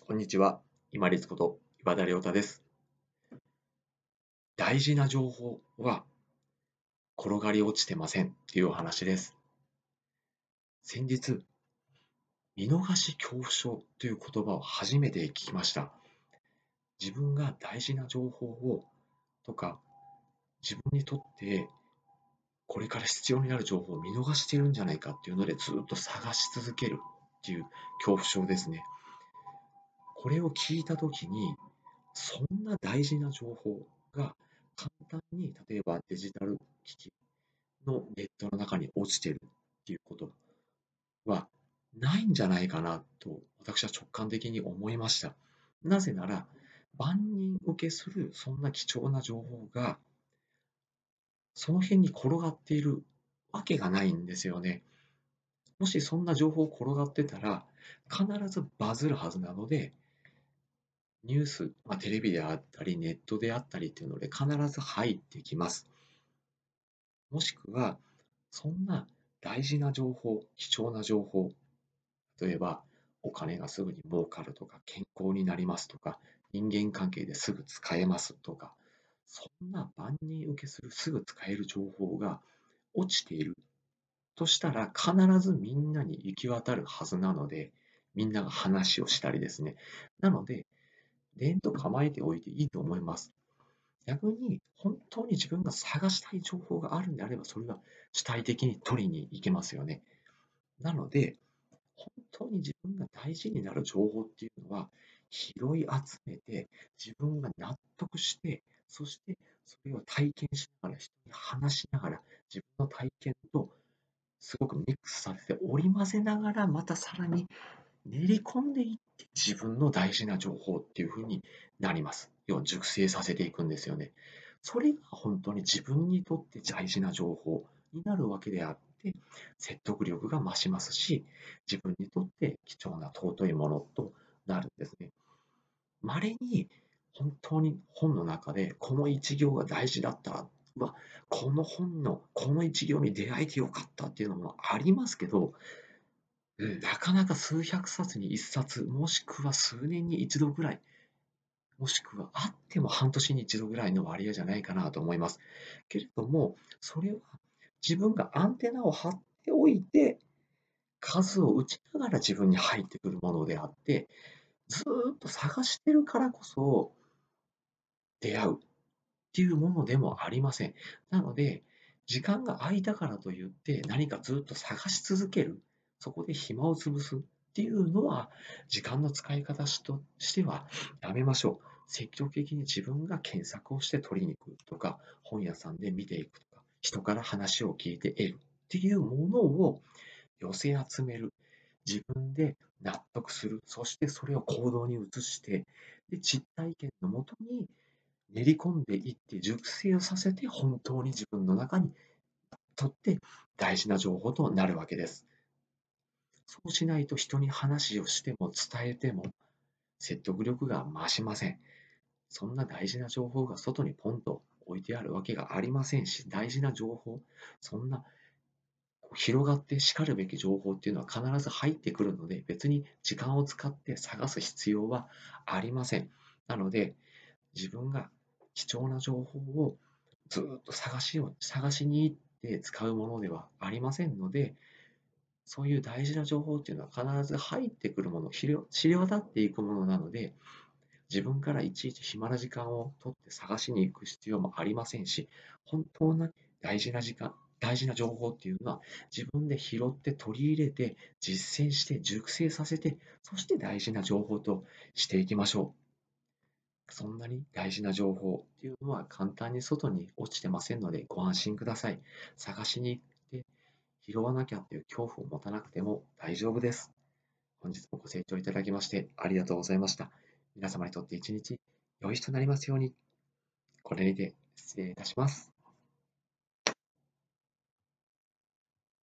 こんにちは。今立こと岩田亮太です。大事な情報は転がり落ちてませんっていうお話です。先日、見逃し恐怖症という言葉を初めて聞きました。自分が大事な情報をとか、自分にとってこれから必要になる情報を見逃しているんじゃないかっていうのでずっと探し続けるっていう恐怖症ですね。これを聞いたときに、そんな大事な情報が簡単に例えばデジタル機器のネットの中に落ちてるっていうことはないんじゃないかなと私は直感的に思いました。なぜなら、万人受けするそんな貴重な情報がその辺に転がっているわけがないんですよね。もしそんな情報転がってたら必ずバズるはずなので、ニュース、テレビであったりネットであったりっていうので必ず入ってきます。もしくは、そんな大事な情報、貴重な情報、例えば、お金がすぐに儲かるとか、健康になりますとか、人間関係ですぐ使えますとか、そんな万人受けするすぐ使える情報が落ちているとしたら、必ずみんなに行き渡るはずなので、みんなが話をしたりですね。なので、連と構えておいていいと思います。逆に、本当に自分が探したい情報があるんであれば、それは主体的に取りに行けますよね。なので、本当に自分が大事になる情報っていうのは、拾い集めて、自分が納得して、そしてそれを体験しながら、人に話しながら、自分の体験とすごくミックスさせて織り交ぜながら、またさらに練り込んでいって、自分の大事な情報っていう風になります。要は熟成させていくんですよね。それが本当に自分にとって大事な情報になるわけであって、説得力が増しますし、自分にとって貴重な尊いものとなるんですね。稀に本当に本の中でこの一行が大事だった、この本のこの一行に出会えてよかったっていうのもありますけど、なかなか数百冊に一冊、もしくは数年に一度ぐらい、もしくはあっても半年に一度ぐらいの割合じゃないかなと思います。けれども、それは自分がアンテナを張っておいて、数を打ちながら自分に入ってくるものであって、ずーっと探してるからこそ出会うっていうものでもありません。なので、時間が空いたからといって何かずっと探し続ける、そこで暇を潰すっていうのは、時間の使い方としてはやめましょう。積極的に自分が検索をして取りに行くとか、本屋さんで見ていくとか、人から話を聞いて得るっていうものを寄せ集める。自分で納得する。そしてそれを行動に移して、で、実体験のもとに練り込んでいって熟成をさせて本当に自分の中にとって大事な情報となるわけです。そうしないと人に話をしても伝えても説得力が増しません。そんな大事な情報が外にポンと置いてあるわけがありませんし、大事な情報、そんな広がってしかるべき情報っていうのは必ず入ってくるので、別に時間を使って探す必要はありません。なので、自分が貴重な情報をずっと探しに行って使うものではありませんので、そういう大事な情報っていうのは必ず入ってくるもの、知れ渡っていくものなので、自分からいちいち暇な時間を取って探しに行く必要もありませんし、本当な大事な時間、大事な情報っていうのは自分で拾って取り入れて実践して熟成させて、そして大事な情報としていきましょう。そんなに大事な情報っていうのは簡単に外に落ちてませんのでご安心ください。探しに行って拾わなきゃっていう恐怖を持たなくても大丈夫です。本日もご清聴いただきましてありがとうございました。皆様にとって一日良い日となりますように。これにて失礼いたします。